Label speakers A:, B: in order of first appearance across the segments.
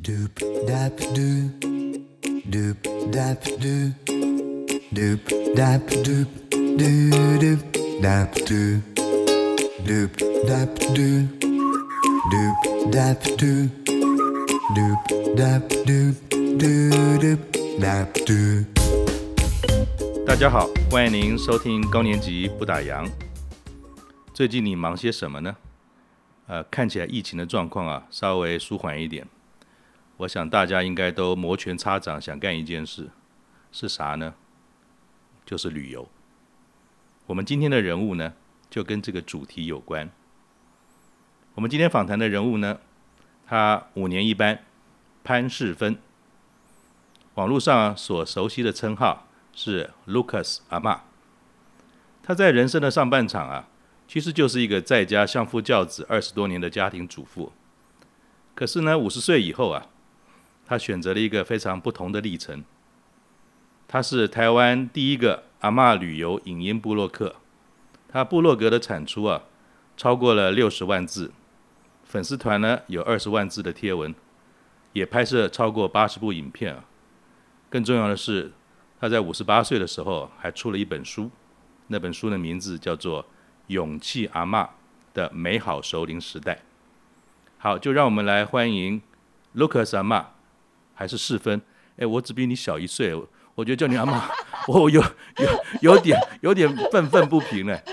A: Doop dap doo, doop dap doo, doop dap doop, doo doop dap doo, doop dap doo, doop dap doo, doop dap doo, doo doop dap doo。
B: 大家好，欢迎您收听高年级不打烊。最近你忙些什么呢？看起来疫情的状况稍微舒缓一点。我想大家应该都摩拳擦掌，想干一件事，是啥呢？就是旅游。我们今天的人物呢，就跟这个主题有关。我们今天访谈的人物呢，他5年一班，潘世芬。网络上所熟悉的称号是 Lucas 阿嬷。他在人生的上半场其实就是一个在家相夫教子20多年的家庭主妇。可是呢，50岁以后他选择了一个非常不同的历程。他是台湾第一个阿嬷旅游影音部落客，他部落格的产出超过了60万字，粉丝团呢有20万字的贴文，也拍摄超过80部影片更重要的是，他在58岁的时候还出了一本书，那本书的名字叫做《勇气阿嬷的美好熟龄时代》。好，就让我们来欢迎 Lucas 阿嬷，还是世芬？我只比你小1岁，我觉得叫你阿嬷，我有点愤愤不平了。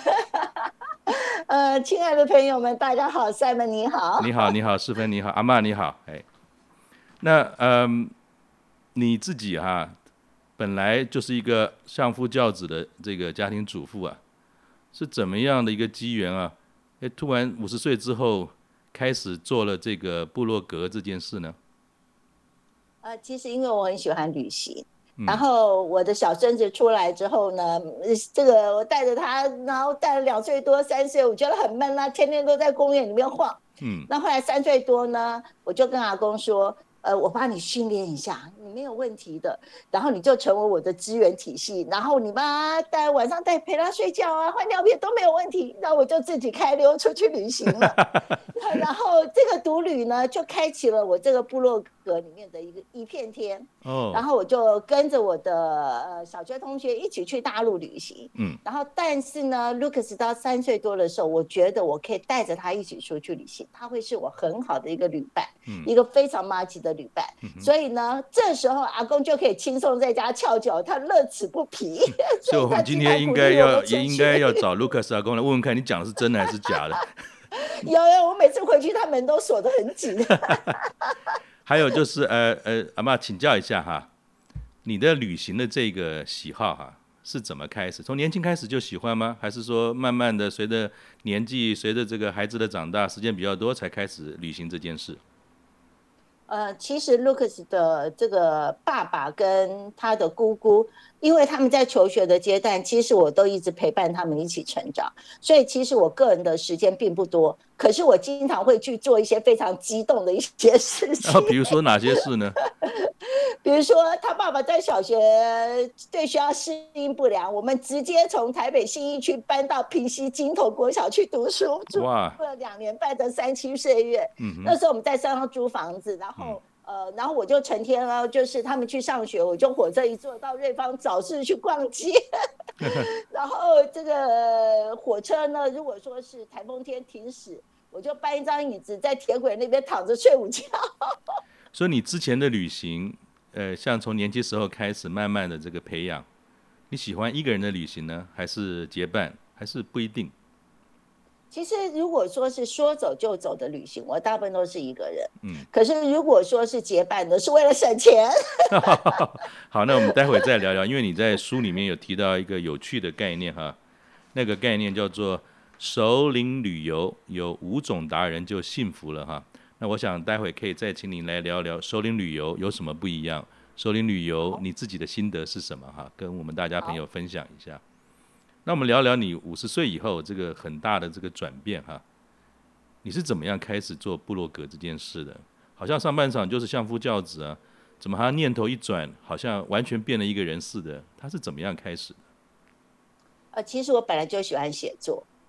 C: 亲爱的朋友们，大家好 ，Simon 你好。
B: 你好，世芬你好，阿嬷你好。那你自己本来就是一个相夫教子的这个家庭主妇是怎么样的一个机缘突然50岁之后开始做了这个部落格这件事呢？
C: 其实因为我很喜欢旅行，然后我的小孙子出来之后呢，这个我带着他，然后带了2岁多、3岁，我觉得很闷天天都在公园里面晃。那后来3岁多呢，我就跟阿公说，我帮你训练一下，你没有问题的，然后你就成为我的资源体系，然后你妈晚上陪他睡觉换尿片都没有问题，然后我就自己开溜出去旅行了。然后这个独旅呢，就开启了我这个部落格里面的一片天。然后我就跟着我的小学同学一起去大陆旅行。然后但是呢 Lucas 到3岁多的时候，我觉得我可以带着他一起出去旅行，他会是我很好的一个旅伴，一个非常麻吉的旅伴。所以呢，这时候阿公就可以轻松在家翘脚，他乐此不疲。
B: 所以我们今天应该要找 Lucas 阿公来问问看，你讲的是真的还是假的？
C: 有，我每次回去他门都锁得很紧。
B: 还有就是阿嬷请教一下你的旅行的这个喜好是怎么开始？从年轻开始就喜欢吗？还是说慢慢的随着年纪，随着这个孩子的长大，时间比较多才开始旅行这件事？
C: 其实 Lucas 的这个爸爸跟他的姑姑，因为他们在求学的阶段，其实我都一直陪伴他们一起成长，所以其实我个人的时间并不多，可是我经常会去做一些非常激动的一些事情。
B: 比如说哪些事呢？
C: 比如说他爸爸在小学对学校适应不良，我们直接从台北信义区搬到平溪金头国小去读书，住了2年半的3、7岁月。那时候我们在山上租房子，然后我就成天就是他们去上学，我就火车一坐到瑞芳早市去逛街。然后这个火车呢，如果说是台风天停驶，我就搬一张椅子在铁轨那边躺着睡午觉。
B: 所以你之前的旅行像从年轻时候开始慢慢的这个培养，你喜欢一个人的旅行呢，还是结伴，还是不一定？
C: 其实如果说是说走就走的旅行，我大部分都是一个人。可是如果说是结伴的，是为了省钱。
B: 好，那我们待会再聊聊，因为你在书里面有提到一个有趣的概念那个概念叫做熟龄旅游，有5种达人就幸福了那我想待会可以再请您来聊聊熟龄旅游有什么不一样，熟龄旅游你自己的心得是什么跟我们大家朋友分享一下。那我们聊聊你50岁以后这个很大的这个转变你是怎么样开始做部落格这件事的？好像上半场就是相夫教子怎么念头一转，好像完全变了一个人似的？他是怎么样开始的？
C: 其实我本来就喜欢写作，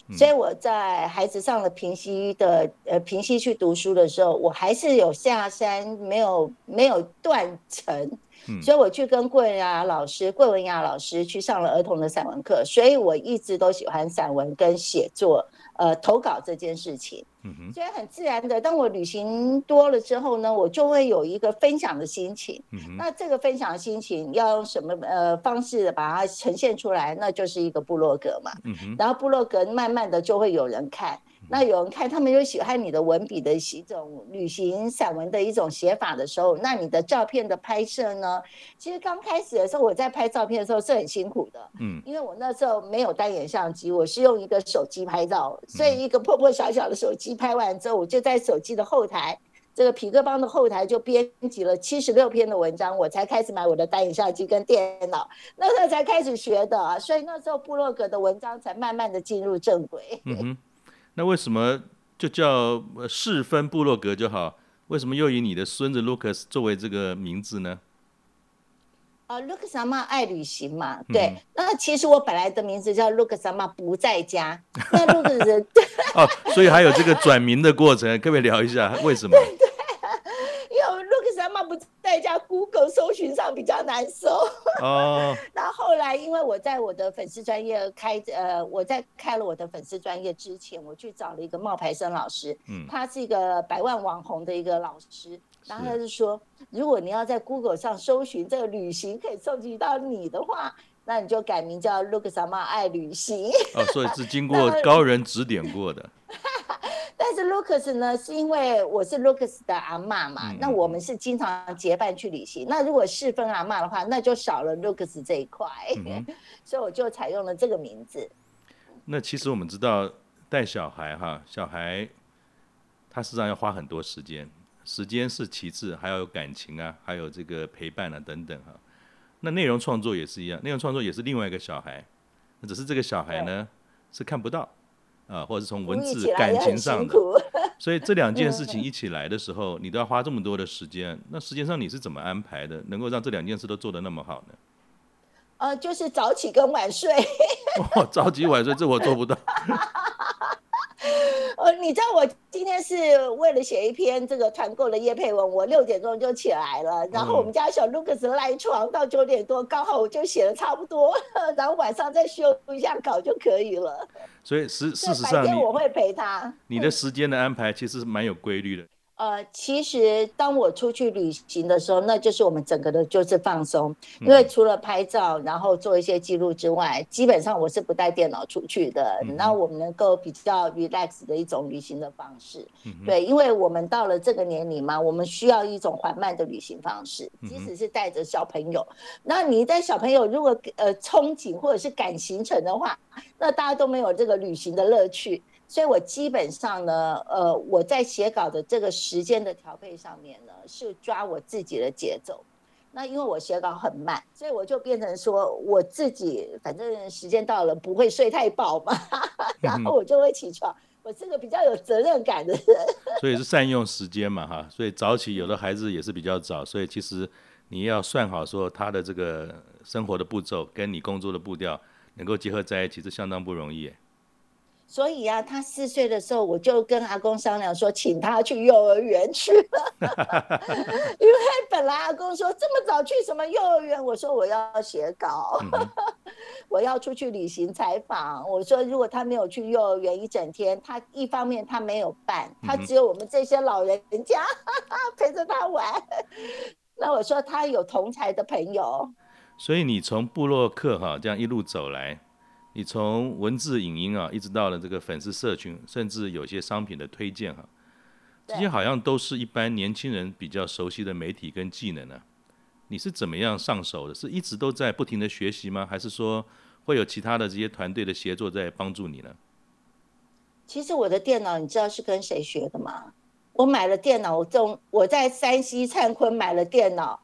C: 所以我在孩子上了平溪去读书的时候，我还是有下山，没有断层。所以我去跟桂文雅老师去上了儿童的散文课，所以我一直都喜欢散文跟写作，投稿这件事情。所以很自然的，当我旅行多了之后呢，我就会有一个分享的心情。那这个分享的心情要用什么方式把它呈现出来？那就是一个部落格嘛。然后部落格慢慢的就会有人看。那有人看，他们就喜欢你的文笔的一种旅行散文的一种写法的时候，那你的照片的拍摄呢？其实刚开始的时候，我在拍照片的时候是很辛苦的，因为我那时候没有单眼相机，我是用一个手机拍照，所以一个破破小小的手机拍完之后，我就在手机的后台，这个痞客邦的后台就编辑了76篇的文章，我才开始买我的单眼相机跟电脑，那时候才开始学的，所以那时候部落格的文章才慢慢的进入正轨。
B: 那为什么就叫世芬部落格就好？为什么又以你的孙子 Lucas 作为这个名字呢
C: ？Lucas 阿嬷爱旅行嘛，对。那其实我本来的名字叫 Lucas 阿嬷不在家。那 Lucas
B: 所以还有这个转名的过程，可不可以聊一下为什么？
C: 对，因为 Lucas 阿嬷不在家 ，Google 搜寻上比较难搜。然后后来，因为我在我的粉丝专页我在开了我的粉丝专页之前，我去找了一个冒牌生老师，他是一个100万网红的一个老师。然后他就说，如果你要在 Google 上搜寻这个旅行可以搜集到你的话，那你就改名叫 Lucas 阿嬷爱旅行。
B: 所以是经过高人指点过的。
C: 但是 Lucas 呢，是因为我是 Lucas 的阿嬷嘛，那我们是经常结伴去旅行。那如果世芬阿嬷的话，那就少了 Lucas 这一块，所以我就采用了这个名字。
B: 那其实我们知道带小孩小孩他实际上要花很多时间。时间是其次，还要有感情啊，还有这个陪伴啊等等那内容创作也是一样，内容创作也是另外一个小孩，那只是这个小孩呢是看不到或者是从文字感情上的，所以这2件事情一起来的时候，你都要花这么多的时间。那时间上你是怎么安排的，能够让这2件事都做得那么好
C: 呢？就是早起跟晚睡。
B: 早起晚睡这我做不到。
C: 你知道我今天是为了写一篇这个团购的业配文，我6点钟就起来了，然后我们家小 Lucas 赖床到9点多，刚好我就写的差不多，然后晚上再修一下稿就可以了。
B: 所以事实上
C: 白天我会陪他。
B: 你的时间的安排其实蛮有规律的。
C: 其实当我出去旅行的时候，那就是我们整个的就是放松，因为除了拍照然后做一些记录之外，基本上我是不带电脑出去的，那我们能够比较 relax 的一种旅行的方式。对，因为我们到了这个年龄嘛，我们需要一种缓慢的旅行方式，即使是带着小朋友。那你带小朋友如果憧憬或者是赶行程的话，那大家都没有这个旅行的乐趣。所以我基本上呢，我在写稿的这个时间的调配上面呢，是抓我自己的节奏。那因为我写稿很慢，所以我就变成说我自己反正时间到了不会睡太饱嘛，然后我就会起床。我是个比较有责任感的人，
B: 所以是善用时间嘛所以早起有的孩子也是比较早，所以其实你要算好说他的这个生活的步骤跟你工作的步调能够结合在一起，是相当不容易耶。
C: 所以他4岁的时候，我就跟阿公商量说，请他去幼儿园去了。因为本来阿公说这么早去什么幼儿园，我说我要写稿，我要出去旅行采访。我说如果他没有去幼儿园一整天，他一方面他没有伴，他只有我们这些老人家陪着他玩。那我说他有同才的朋友。
B: 所以你从部落客这样一路走来，你从文字影音一直到了这个粉丝社群，甚至有些商品的推荐这些好像都是一般年轻人比较熟悉的媒体跟技能你是怎么样上手的？是一直都在不停的学习吗？还是说会有其他的这些团队的协作在帮助你呢？
C: 其实我的电脑你知道是跟谁学的吗？我买了电脑，我在3C灿坤买了电脑，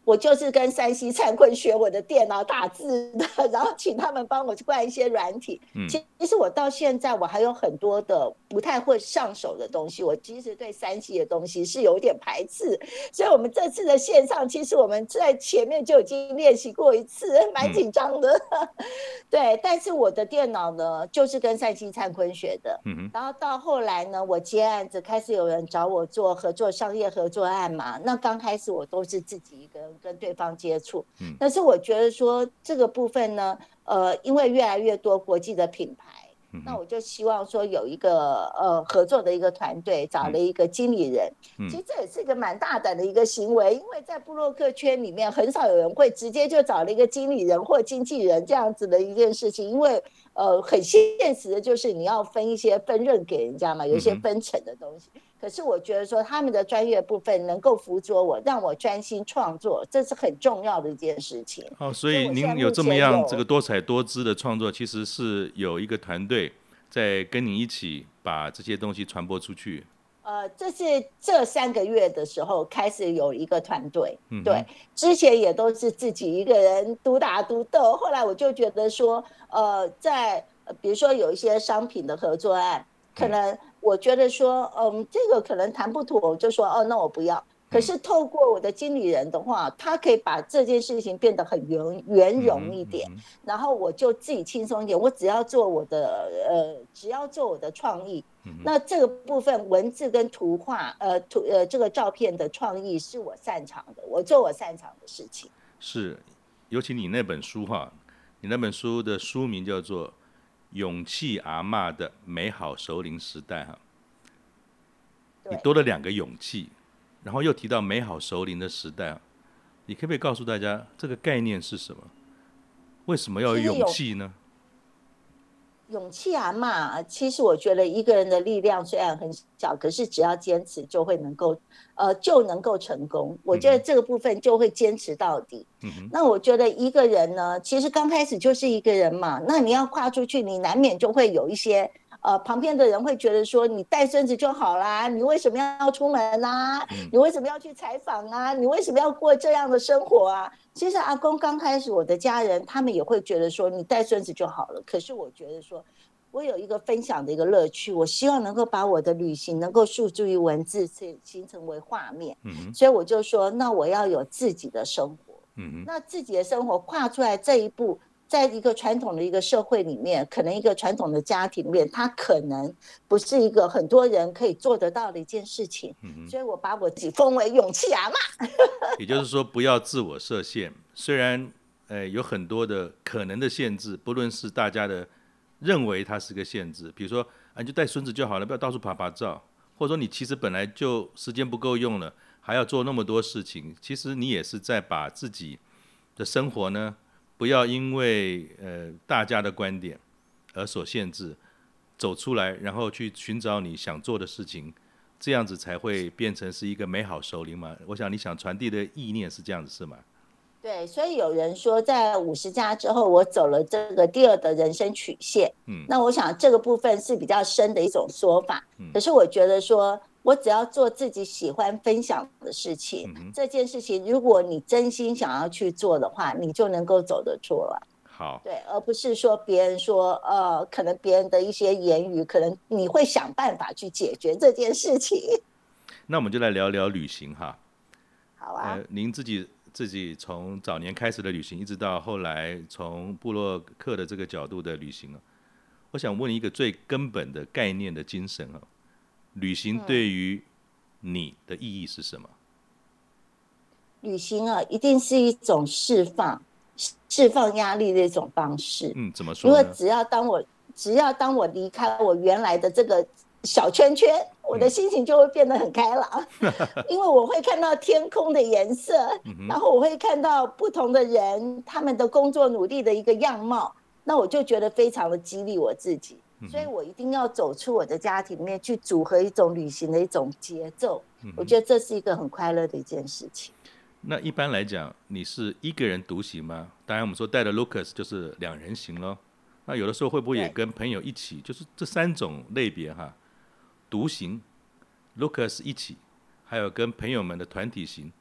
C: 我就是跟山西灿坤学我的电脑打字的，然后请他们帮我去灌一些软体。其实我到现在我还有很多的不太会上手的东西，我其实对山西的东西是有点排斥，所以我们这次的线上，其实我们在前面就已经练习过一次，蛮紧张的。对，但是我的电脑呢，就是跟山西灿坤学的。然后到后来呢，我接案子，开始有人找我做合作商业合作案嘛。那刚开始我都是自己一个人跟对方接触，但是我觉得说这个部分呢，因为越来越多国际的品牌。那我就希望说有一个合作的一个团队，找了一个经理人。其实这也是一个蛮大胆的一个行为，因为在部落客圈里面很少有人会直接就找了一个经理人或经纪人这样子的一件事情，因为很现实的就是你要分一些分润给人家嘛，有一些分成的东西。可是我觉得说他们的专业部分能够辅佐我，让我专心创作，这是很重要的一件事情。
B: 所以您有这么样这个多彩多姿的创作，其实是有一个团队在跟你一起把这些东西传播出去。
C: 这是这3个月的时候开始有一个团队，对，之前也都是自己一个人独打独斗。后来我就觉得说，在比如说有一些商品的合作案，可能我觉得说，这个可能谈不妥，我就说，那我不要。可是透过我的经理人的话，他可以把这件事情变得很圆融一点，然后我就自己轻松一点，我只要做我的创意。那这个部分文字跟图画，这个照片的创意是我擅长的，我做我擅长的事情。
B: 是，尤其你那本书哈，你那本书的书名叫做《勇气阿嬷的美好熟龄时代》哈，你多了2个勇气。然后又提到美好熟龄的时代，你可不可以告诉大家这个概念是什么？为什么要有勇气呢？
C: 勇气啊嘛，其实我觉得一个人的力量虽然很小，可是只要坚持就能够成功。我觉得这个部分就会坚持到底。那我觉得一个人呢，其实刚开始就是一个人嘛，那你要跨出去，你难免就会有一些旁边的人会觉得说你带孙子就好啦，你为什么要出门啊？你为什么要去采访啊？你为什么要过这样的生活啊？其实阿公刚开始，我的家人他们也会觉得说你带孙子就好了。可是我觉得说，我有一个分享的一个乐趣，我希望能够把我的旅行能够诉诸于文字，形成为画面。所以我就说，那我要有自己的生活。那自己的生活跨出来这一步。在一个传统的一个社会里面，可能一个传统的家庭里面，它可能不是一个很多人可以做得到的一件事情。所以我把我自己封为勇气阿嬷。
B: 也就是说，不要自我设限。虽然有很多的可能的限制，不论是大家的认为它是个限制，比如说你就带孙子就好了，不要到处爬爬照，或者说你其实本来就时间不够用了，还要做那么多事情，其实你也是在把自己的生活呢。不要因为大家的观点而所限制，走出来，然后去寻找你想做的事情，这样子才会变成是一个美好熟龄嘛。我想你想传递的意念是这样子，是吗？
C: 对，所以有人说，在50加之后，我走了这个第2的人生曲线。那我想这个部分是比较深的一种说法。可是我觉得说，我只要做自己喜欢分享的事情，这件事情如果你真心想要去做的话，你就能够走得出来。
B: 好，
C: 对，而不是说别人说可能别人的一些言语，可能你会想办法去解决这件事情。
B: 那我们就来聊聊旅行哈。
C: 好啊。
B: 您自己从早年开始的旅行，一直到后来从部落客的这个角度的旅行，我想问一个最根本的概念的精神，旅行对于你的意义是什么？
C: 旅行一定是一种释放压力的一种方式。
B: 怎么说呢？
C: 因为只要当我离开我原来的这个小圈圈，我的心情就会变得很开朗。因为我会看到天空的颜色，然后我会看到不同的人他们的工作努力的一个样貌，那我就觉得非常的激励我自己。所以我一定要走出我的家庭里面，去组合一种旅行的一种节奏。我觉得这是一个很快乐的一件事情。
B: 那一般来讲，你是一个人独行吗？当然我们说带了 Lucas 就是2人行咯。那有的时候会不会也跟朋友一起？就是这3种类别哈，独行 Lucas 一起，还有跟朋友们的团体行，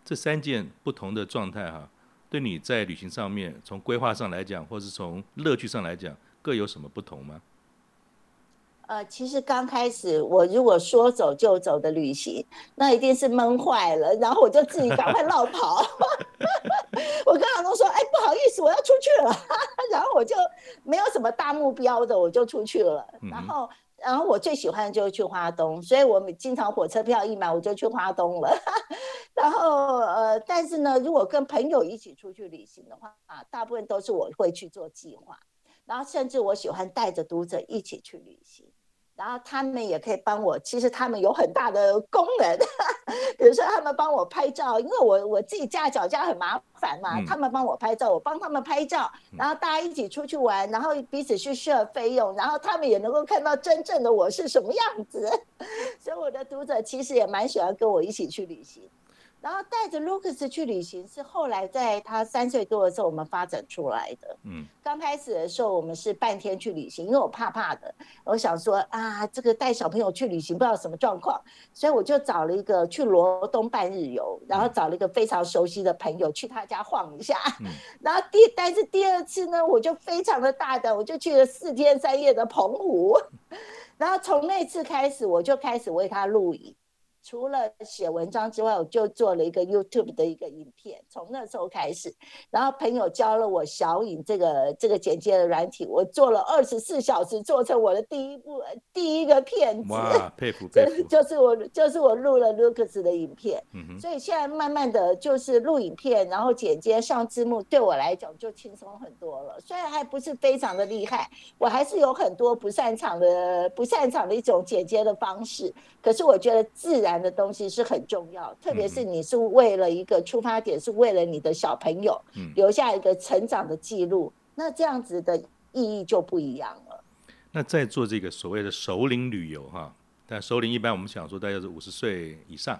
B: 这3件不同的状态对你在旅行上面，从规划上来讲，或是从乐趣上来讲，各有什么不同吗？
C: 其实刚开始我如果说走就走的旅行，那一定是闷坏了，然后我就自己赶快落跑。我跟老公说：“哎，不好意思，我要出去了。”然后我就没有什么大目标的，我就出去了。然后我最喜欢的就是去花东，所以我们经常火车票一买我就去花东了。然后但是呢，如果跟朋友一起出去旅行的话，大部分都是我会去做计划，然后甚至我喜欢带着读者一起去旅行。然后他们也可以帮我，其实他们有很大的功能，比如说他们帮我拍照，因为我自己架脚架很麻烦嘛，他们帮我拍照，我帮他们拍照，然后大家一起出去玩，然后彼此去 share 费用，然后他们也能够看到真正的我是什么样子，所以我的读者其实也蛮喜欢跟我一起去旅行。然后带着 Lucas 去旅行是后来在他3岁多的时候我们发展出来的。刚开始的时候我们是半天去旅行，因为我怕的，我想说这个带小朋友去旅行不知道什么状况，所以我就找了一个去罗东半日游，然后找了一个非常熟悉的朋友去他家晃一下。然后但是第2次呢，我就非常的大胆，我就去了4天3夜的澎湖。然后从那次开始，我就开始为他录影。除了写文章之外，我就做了一个 YouTube 的一个影片，从那时候开始，然后朋友教了我小影这个剪接的软体，我做了24小时，做成我的第一个片子。
B: 哇，佩服！
C: 就是我录了 Lucas 的影片。所以现在慢慢的就是录影片，然后剪接上字幕，对我来讲就轻松很多了。虽然还不是非常的厉害，我还是有很多不擅长的一种剪接的方式，可是我觉得自然的东西是很重要，特别是你是为了一个出发点，是为了你的小朋友留下一个成长的记录，那这样子的意义就不一样了。
B: 那在做这个所谓的熟龄旅游但熟龄一般我们想说大概是50岁以上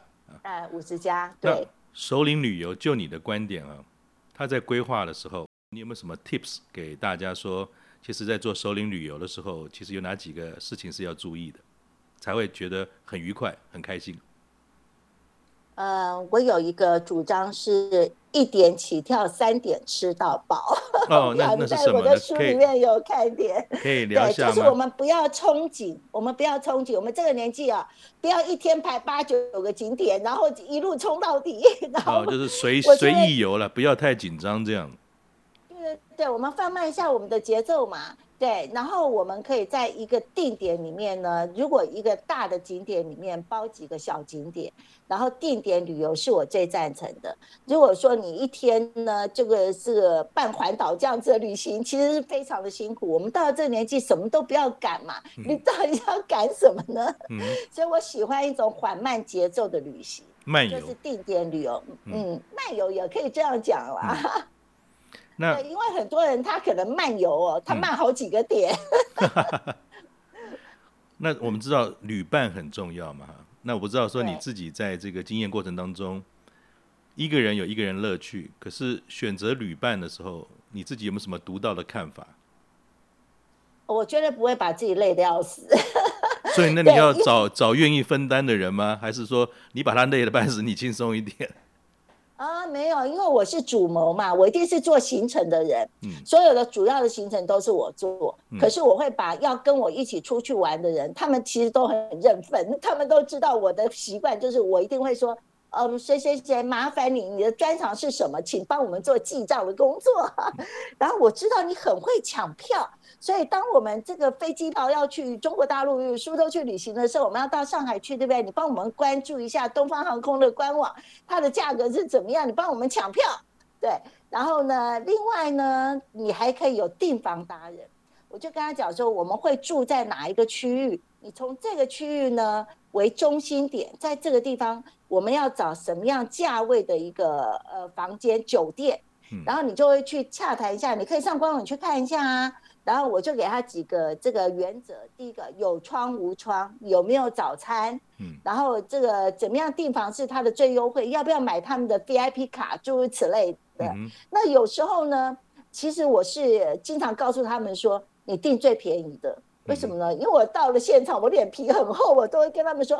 C: 50加，对。
B: 熟龄旅游就你的观点他在规划的时候，你有没有什么 tips 给大家说，其实在做熟龄旅游的时候，其实有哪几个事情是要注意的，才会觉得很愉快很开心？
C: 我有一个主张是1点起跳3点吃到饱。
B: 那是什么呢？
C: 我的书里面有看点，
B: 可以聊一下吗？
C: 就是我们不要憧憬，我们这个年纪不要一天排8、9个景点，然后一路冲到底。然后
B: 就是随意游了，不要太紧张这样。
C: 对，我们放慢一下我们的节奏嘛。对，然后我们可以在一个定点里面呢，如果一个大的景点里面包几个小景点，然后定点旅游是我最赞成的。如果说你一天呢，这个是半环岛这样子的旅行，其实是非常的辛苦。我们到了这个年纪，什么都不要赶嘛，你到底要赶什么呢？所以我喜欢一种缓慢节奏的旅行，
B: 慢游
C: 就是定点旅游。慢游也可以这样讲啦。对，因为很多人他可能慢游他慢好几个点。
B: 那我们知道旅伴很重要嘛，那我不知道说你自己在这个经验过程当中，一个人有一个人乐趣，可是选择旅伴的时候，你自己有没有什么独到的看法？
C: 我绝对不会把自己累得要死。
B: 所以那你要找愿意分担的人吗？还是说你把他累得半死，你轻松一点？
C: 没有，因为我是主谋嘛，我一定是做行程的人，所有的主要的行程都是我做，可是我会把要跟我一起出去玩的人，他们其实都很认份，他们都知道我的习惯，就是我一定会说谁谁谁，麻烦你的专长是什么，请帮我们做记账的工作。然后我知道你很会抢票，所以当我们这个飞机票要去中国大陆苏州去旅行的时候，我们要到上海去，对不对？你帮我们关注一下东方航空的官网，它的价格是怎么样，你帮我们抢票。对，然后呢，另外呢，你还可以有订房达人，我就跟他讲说，我们会住在哪一个区域，你从这个区域呢为中心点，在这个地方我们要找什么样价位的一个房间酒店，然后你就会去洽谈一下，你可以上官网去看一下啊。然后我就给他几个这个原则，第一个有窗无窗，有没有早餐，然后这个怎么样订房是他的最优惠，要不要买他们的 VIP 卡，诸如此类的。那有时候呢，其实我是经常告诉他们说，你订最便宜的，为什么呢？因为我到了现场，我脸皮很厚，我都会跟他们说，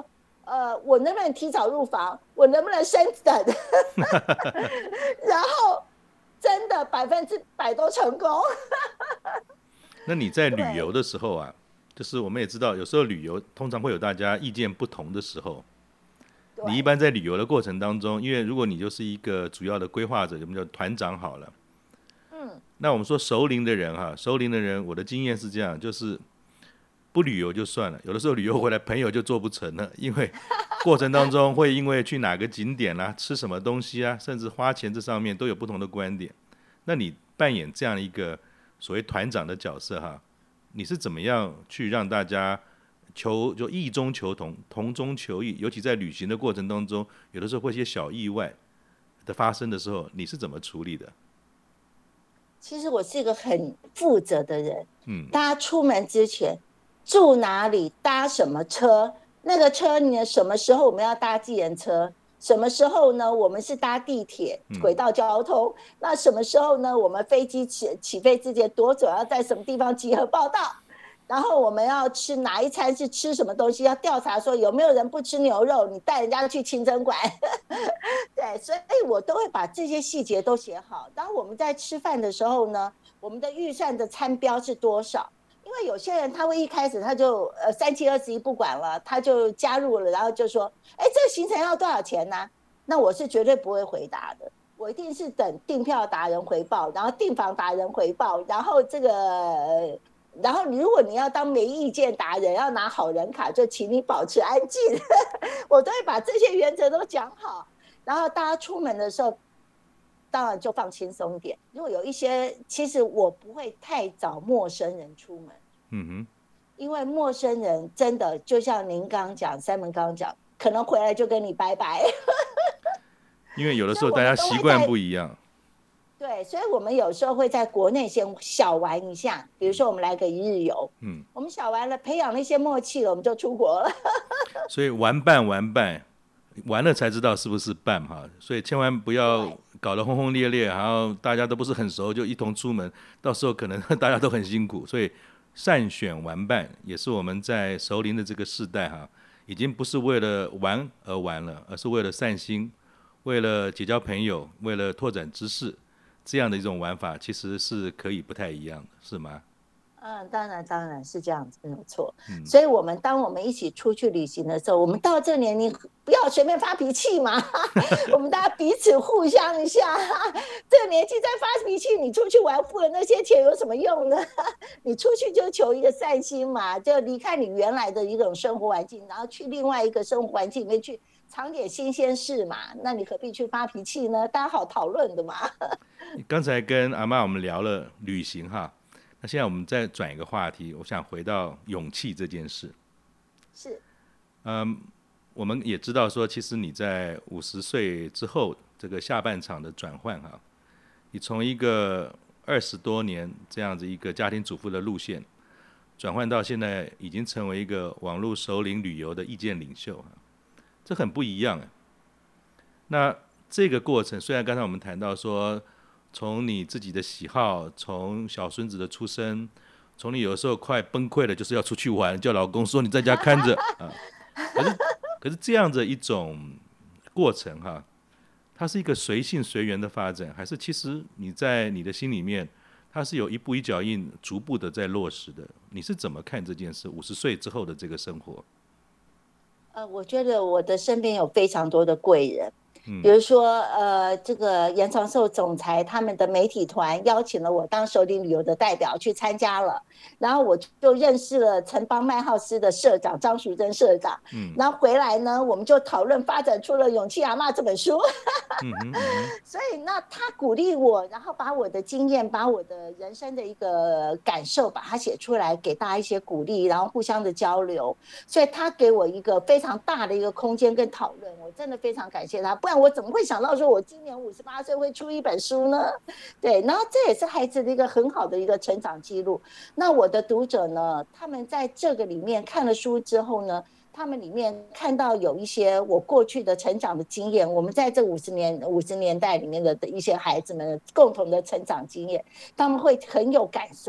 C: 我能不能提早入房，我能不能升等，然后真的100%都成功。
B: 那你在旅游的时候啊，就是我们也知道，有时候旅游通常会有大家意见不同的时候。你一般在旅游的过程当中，因为如果你就是一个主要的规划者，我们叫团长好了。那我们说熟龄的人哈，熟龄的人，我的经验是这样，就是不旅游就算了，有的时候旅游回来朋友就做不成了，因为过程当中会因为去哪个景点啊，吃什么东西啊，甚至花钱这上面都有不同的观点。那你扮演这样一个所谓团长的角色哈，你是怎么样去让大家就异中求同，同中求异？尤其在旅行的过程当中，有的时候会一些小意外的发生的时候，你是怎么处理的？
C: 其实我是一个很负责的人。大家出门之前住哪里，搭什么车，那个车呢，什么时候我们要搭计程车，什么时候呢我们是搭地铁轨道交通，那什么时候呢我们飞机起飞之前多久要在什么地方集合报到，然后我们要吃哪一餐是吃什么东西，要调查说有没有人不吃牛肉，你带人家去清真馆。对，所以我都会把这些细节都写好。当我们在吃饭的时候呢，我们的预算的餐标是多少？因为有些人他会一开始他就3721不管了，他就加入了，然后就说，哎，这个行程要多少钱呢？那我是绝对不会回答的，我一定是等订票达人回报，然后订房达人回报，然后然后如果你要当没意见达人，要拿好人卡，就请你保持安静。我都会把这些原则都讲好，然后大家出门的时候当然就放轻松一点。如果有一些，其实我不会太找陌生人出门，因为陌生人真的就像您刚刚讲，Simon刚刚讲，可能回来就跟你拜拜。
B: 因为有的时候大家习惯不一样。
C: 对，所以我们有时候会在国内先小玩一下，比如说我们来个一日游，我们小玩了，培养了一些默契了，我们就出国了。
B: 所以玩伴玩了才知道是不是伴哈，所以千万不要搞得轰轰烈烈，然后大家都不是很熟就一同出门，到时候可能大家都很辛苦。所以善选玩伴也是我们在熟龄的这个世代哈，已经不是为了玩而玩了，而是为了散心，为了结交朋友，为了拓展知识。这样的一种玩法其实是可以不太一样的，是吗？
C: 当然是这样子，没有错。所以当我们一起出去旅行的时候，我们到这年龄不要随便发脾气嘛。我们大家彼此互相一下。这个年纪再发脾气，你出去玩付了那些钱有什么用呢？你出去就求一个散心嘛，就离开你原来的一种生活环境，然后去另外一个生活环境里面去尝点新鲜事嘛。那你何必去发脾气呢？大家好讨论的嘛。
B: 刚才跟阿嬷我们聊了旅行哈，那现在我们再转一个话题，我想回到勇气这件事。
C: 是，
B: 我们也知道说，其实你在50岁之后这个下半场的转换哈，你从一个20多年这样子一个家庭主妇的路线，转换到现在已经成为一个网络熟龄旅游的意见领袖，这很不一样。那这个过程，虽然刚才我们谈到说，从你自己的喜好，从小孙子的出生，从你有时候快崩溃了，就是要出去玩，叫老公说你在家看着啊。可是这样的一种过程哈，它是一个随性随缘的发展，还是其实你在你的心里面，它是有一步一脚印，逐步的在落实的？你是怎么看这件事？50岁之后的这个生活？
C: 我觉得我的身边有非常多的贵人。比如说这个严长寿总裁他们的媒体团邀请了我当熟龄旅游的代表去参加了，然后我就认识了城邦麦浩斯的社长张淑珍社长，然后回来呢我们就讨论发展出了勇气阿嬷这本书。所以那他鼓励我，然后把我的经验，把我的人生的一个感受把它写出来，给大家一些鼓励，然后互相的交流，所以他给我一个非常大的一个空间跟讨论，我真的非常感谢他，不然我怎么会想到说我今年58岁会出一本书呢？对，然后这也是孩子的一个很好的一个成长记录。那我的读者呢，他们在这个里面看了书之后呢，他们里面看到有一些我过去的成长的经验，我们在这50年代里面的一些孩子们共同的成长经验，他们会很有感受。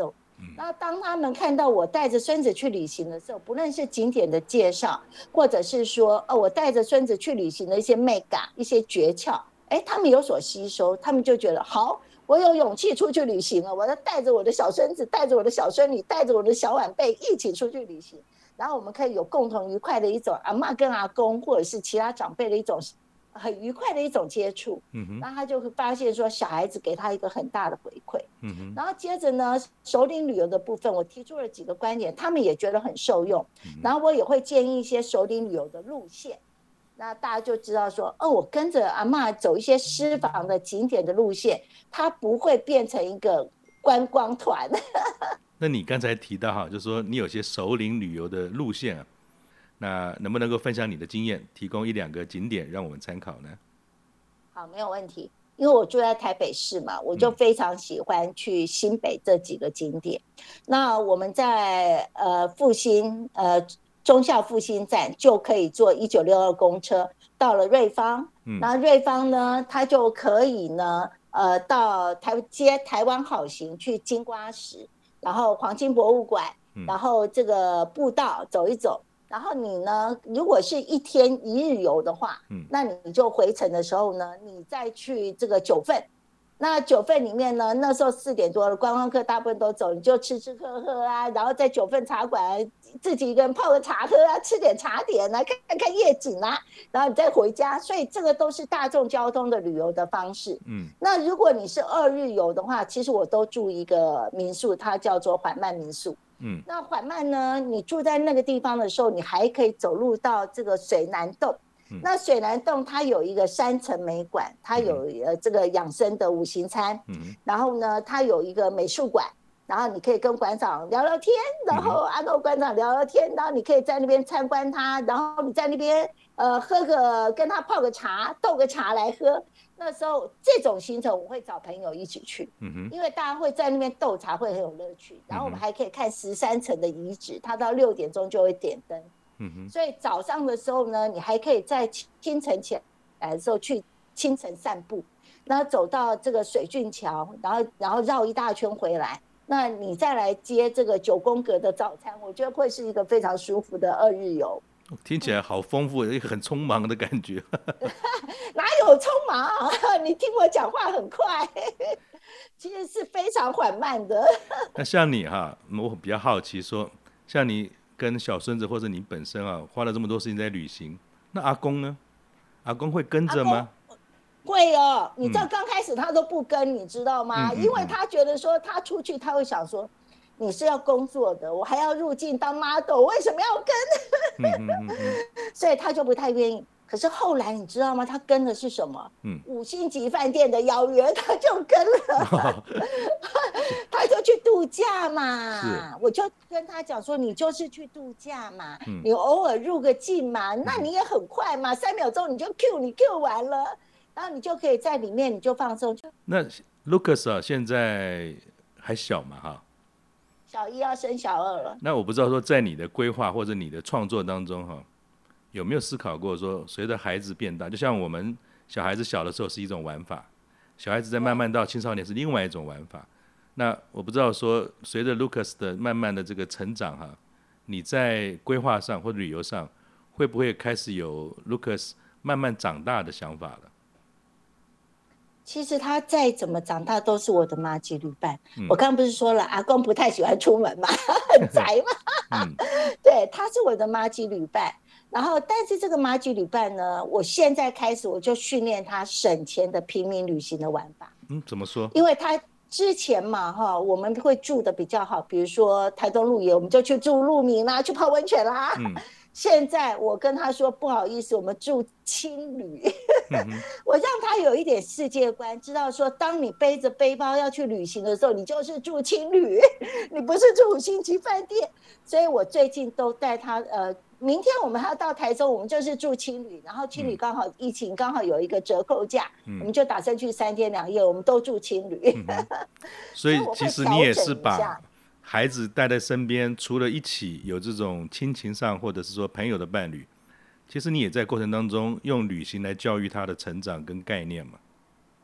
C: 那当他们看到我带着孙子去旅行的时候，不论是景点的介绍，或者是说我带着孙子去旅行的一些mega一些诀窍，他们有所吸收，他们就觉得好，我有勇气出去旅行了，我要带着我的小孙子，带着我的小孙女，带着我的小晚辈一起出去旅行，然后我们可以有共同愉快的一种阿嬷跟阿公或者是其他长辈的一种很愉快的一种接触，那他就会发现说小孩子给他一个很大的回馈，然后接着呢，首领旅游的部分，我提出了几个观点，他们也觉得很受用，然后我也会建议一些首领旅游的路线，那大家就知道说，我跟着阿嬷走一些私房的景点的路线，它不会变成一个观光团。
B: 那你刚才提到哈，就是说你有些首领旅游的路线啊，那能不能够分享你的经验，提供1-2个景点让我们参考呢？
C: 好，没有问题。因为我住在台北市嘛，我就非常喜欢去新北这几个景点。那我们在复兴忠孝复兴站就可以坐1962公车到了瑞芳，那瑞芳呢，它就可以呢到接台湾好行去金瓜石，然后黄金博物馆，然后这个步道走一走。然后你呢，如果是1天1日游的话，那你就回程的时候呢，你再去这个九份。那九份里面呢，那时候4点多了，观光客大部分都走，你就吃吃喝喝啊，然后在九份茶馆自己一个人泡个茶喝啊，吃点茶点啊，看看夜景啊，然后你再回家。所以这个都是大众交通的旅游的方式。那如果你是2日游的话，其实我都住一个民宿，它叫做缓慢民宿。那缓慢呢，你住在那个地方的时候，你还可以走路到这个水南洞。那水南洞它有一个山城美馆，它有这个养生的5行餐，然后呢，它有一个美术馆，然后你可以跟馆长聊聊天，然后阿诺馆长聊聊天，然后你可以在那边参观他，然后你在那边跟他泡个茶，斗个茶来喝。那时候这种行程我会找朋友一起去，因为大家会在那边斗茶会很有乐趣，然后我们还可以看13层的遗址，它到6点钟就会点灯。所以早上的时候呢，你还可以在清晨起来的时候去清晨散步，然后走到这个水郡桥，然后绕一大圈回来，那你再来接这个9宫格的早餐，我觉得会是一个非常舒服的2日游。
B: 听起来好丰富，一个很匆忙的感觉。
C: 哪有匆忙啊？你听我讲话很快，其实是非常缓慢的。
B: 那像你哈，我比较好奇说，像你跟小孙子或者你本身啊，花了这么多时间在旅行，那阿公呢？阿公会跟着吗？
C: 会哦，你知道刚开始他都不跟，你知道吗？因为他觉得说他出去，他会想说你是要工作的，我还要入境当 model， 为什么要跟？所以他就不太愿意。可是后来你知道吗？他跟的是什么？5星级饭店的邀约，他就跟了，他就去度假嘛。我就跟他讲说，你就是去度假嘛，你偶尔入个境嘛，那你也很快嘛，3秒钟你就 你 Q 完了，然后你就可以在里面你就放松。
B: 那 Lucas 啊，现在还小嘛哈？
C: 小1要升小2了。
B: 那我不知道说，在你的规划或者你的创作当中哈，有没有思考过说，随着孩子变大，就像我们小孩子小的时候是一种玩法，小孩子在慢慢到青少年是另外一种玩法。那我不知道说，随着 Lucas 的慢慢的这个成长哈，你在规划上或者旅游上，会不会开始有 Lucas 慢慢长大的想法了？
C: 其实他再怎么长大都是我的麻吉旅伴。我刚刚不是说了，阿公不太喜欢出门嘛，很宅嘛。对，他是我的麻吉旅伴。然后，但是这个麻吉旅伴呢，我现在开始我就训练他省钱的平民旅行的玩法。
B: 怎么说？
C: 因为他之前嘛，我们会住的比较好，比如说台东鹿野，我们就去住鹿鸣啦，去泡温泉啦。现在我跟他说不好意思，我们住青旅。我让他有一点世界观，知道说当你背着背包要去旅行的时候，你就是住青旅，你不是住5星级饭店。所以我最近都带他明天我们还要到台中，我们就是住青旅，然后青旅刚好疫情刚好有一个折扣价，我们就打算去3天2夜，我们都住青旅。
B: 所以其实你也是把孩子带在身边，除了一起有这种亲情上或者是说朋友的伴侣，其实你也在过程当中用旅行来教育他的成长跟概念嘛。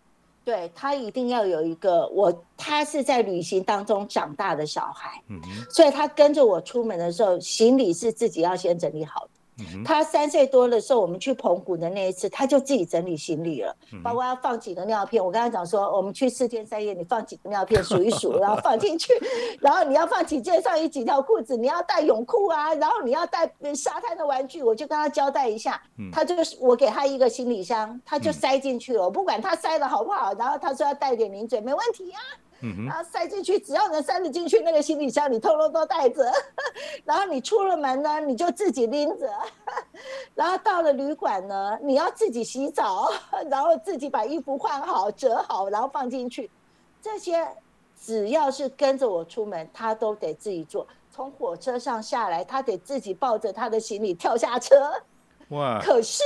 C: 对，他一定要有一个他是在旅行当中长大的小孩，所以他跟着我出门的时候，行李是自己要先整理好的。他3岁多的时候，我们去澎湖的那一次，他就自己整理行李了，包括要放几个尿片。我跟他讲说，我们去4天3夜，你放几个尿片数一数，然后放进去，然后你要放几件上衣、几条裤子，你要带泳裤啊，然后你要带沙滩的玩具，我就跟他交代一下。他就是我给他一个行李箱，他就塞进去了。我不管他塞的好不好，然后他说要带点零嘴，没问题啊。然后塞进去，只要能塞得进去那个行李箱，你通通都带着。然后你出了门呢，你就自己拎着。然后到了旅馆呢，你要自己洗澡，然后自己把衣服换好、折好，然后放进去。这些只要是跟着我出门，他都得自己做。从火车上下来，他得自己抱着他的行李跳下车。
B: 哇！
C: 可是，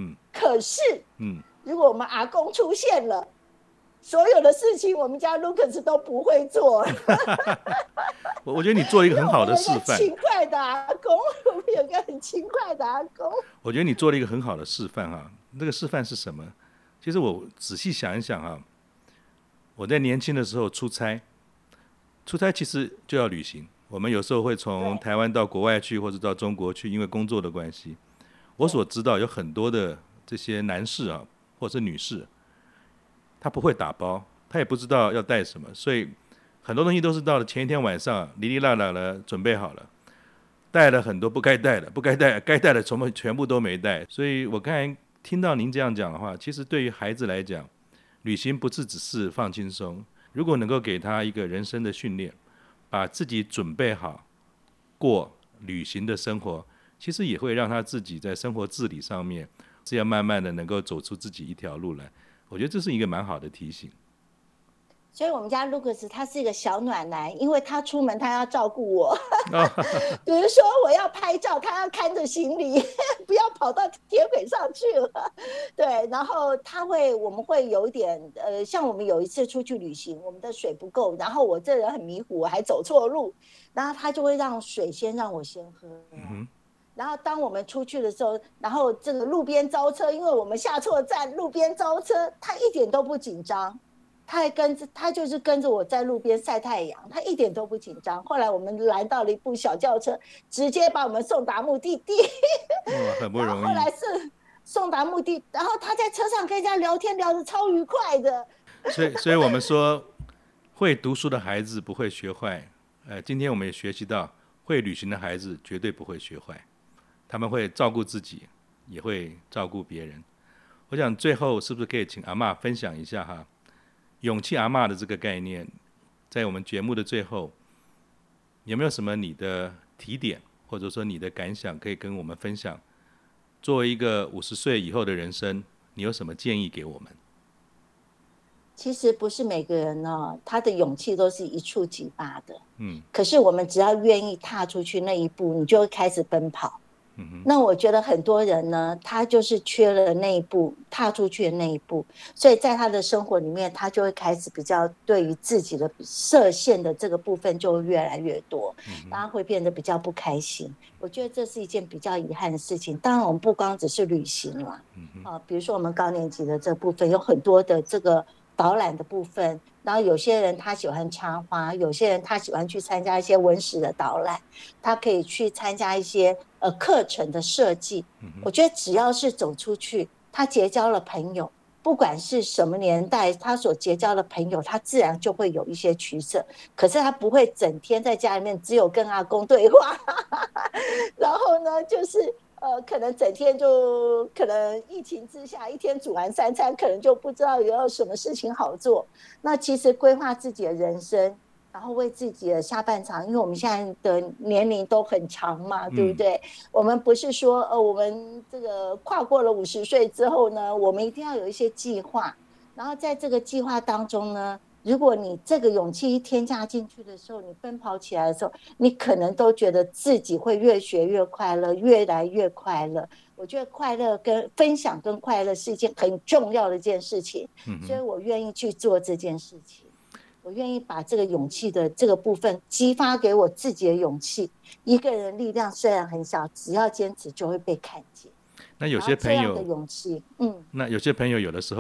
C: 如果我们阿公出现了，所有的事情我们家 Lucas 都不会做。
B: 我觉得你做了一个很好的示范。
C: 勤快的阿公，我们有个很勤快的阿公。我
B: 觉得你做了一个很好的示范哈。那个示范是什么？其实我仔细想一想哈，我在年轻的时候出差其实就要旅行。我们有时候会从台湾到国外去，或者到中国去，因为工作的关系。我所知道有很多的这些男士啊，或者是女士，他不会打包，他也不知道要带什么，所以很多东西都是到了前一天晚上哩哩啦啦的准备好了，带了很多不该带的，该带的全部都没带。所以我刚才听到您这样讲的话，其实对于孩子来讲，旅行不是只是放轻松，如果能够给他一个人生的训练，把自己准备好过旅行的生活，其实也会让他自己在生活自理上面这样慢慢的能够走出自己一条路来。我觉得这是一个蛮好的提醒。
C: 所以我们家 Lucas 他是一个小暖男，因为他出门他要照顾我。比如说我要拍照，他要看着行李，不要跑到铁轨上去了。对，然后我们会有一点像我们有一次出去旅行，我们的水不够，然后我这人很迷糊，我还走错路，然后他就会让水先让我先喝。然后当我们出去的时候，然后这个路边招车，因为我们下错站，路边招车，他一点都不紧张，他就是跟着我在路边晒太阳，他一点都不紧张。后来我们拦到了一部小轿车，直接把我们送达目的地。
B: 很不容易。
C: 后来是送达目的，然后他在车上跟人家聊天，聊得超愉快的。
B: 所以我们说，会读书的孩子不会学坏。今天我们也学习到，会旅行的孩子绝对不会学坏。他们会照顾自己，也会照顾别人。我想最后是不是可以请阿嬷分享一下哈，勇气阿嬷的这个概念，在我们节目的最后，有没有什么你的提点，或者说你的感想可以跟我们分享？作为一个50岁以后的人生，你有什么建议给我们？
C: 其实不是每个人呢，他的勇气都是一触即发的。可是我们只要愿意踏出去那一步，你就会开始奔跑。那我觉得很多人呢，他就是缺了那一步，踏出去的那一步，所以在他的生活里面，他就会开始比较对于自己的设限的这个部分就会越来越多，然后会变得比较不开心。我觉得这是一件比较遗憾的事情。当然，我们不光只是旅行啦，比如说我们高年级的这部分有很多的这个导览的部分，然后有些人他喜欢插花，有些人他喜欢去参加一些文史的导览，他可以去参加一些课程的设计。我觉得只要是走出去，他结交了朋友，不管是什么年代，他所结交的朋友，他自然就会有一些取舍。可是他不会整天在家里面只有跟阿公对话，然后呢，就是可能整天就可能疫情之下，一天煮完3餐，可能就不知道有什么事情好做。那其实规划自己的人生，然后为自己的下半场，因为我们现在的年龄都很长嘛，对不对？我们不是说我们这个跨过了50岁之后呢，我们一定要有一些计划，然后在这个计划当中呢，如果你这个勇气一添加进去的时候，你奔跑起来的时候，你可能都觉得自己会越学越快乐，越来越快乐。我觉得快乐跟分享跟快乐是一件很重要的一件事情，所以我愿意去做这件事情。我愿意把这个勇气的这个部分激发给我自己的勇气。一个人力量虽然很小，只要坚持就会被看见。
B: 那有些朋友
C: 的勇气，
B: 那有些朋友有的时候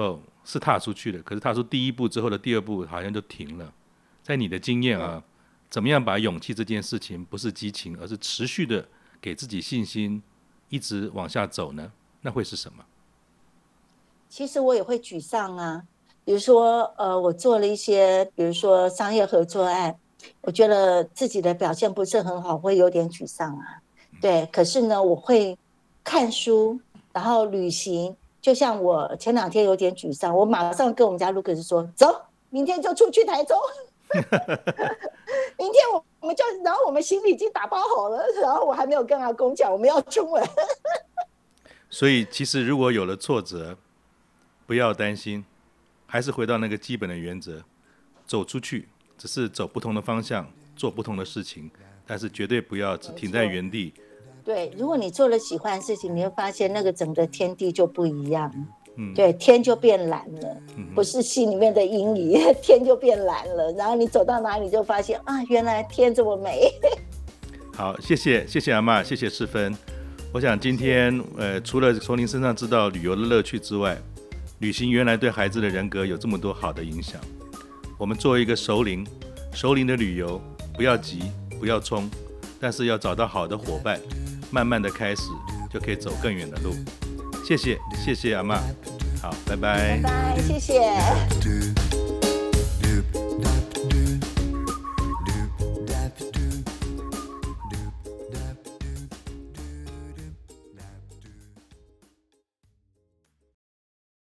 B: 是踏出去的，可是踏出第一步之后的第二步好像就停了。在你的经验啊，怎么样把勇气这件事情不是激情，而是持续的给自己信心，一直往下走呢？那会是什么？
C: 其实我也会沮丧啊，比如说我做了一些，比如说商业合作案，我觉得自己的表现不是很好，会有点沮丧啊。对，可是呢，我会看书，然后旅行。就像我前2天有点沮丧，我马上跟我们家卢克斯说：“走，明天就出去台中。”明天我们就，然后我们行李已经打包好了，然后我还没有跟阿公讲我们要出门。
B: 所以其实如果有了挫折，不要担心，还是回到那个基本的原则，走出去，只是走不同的方向，做不同的事情，但是绝对不要只停在原地。
C: 对，如果你做了喜欢的事情，你会发现那个整个天地就不一样。对，天就变蓝了，不是心里面的阴翳，天就变蓝了。然后你走到哪里就发现啊，原来天这么美。
B: 好，谢谢阿嬷，谢谢世芬。我想今天除了从您身上知道旅游的乐趣之外，旅行原来对孩子的人格有这么多好的影响。我们作为一个熟龄的旅游，不要急，不要冲，但是要找到好的伙伴，慢慢的开始，就可以走更远的路。谢谢阿嬷，好，拜拜。
C: 拜拜，谢谢。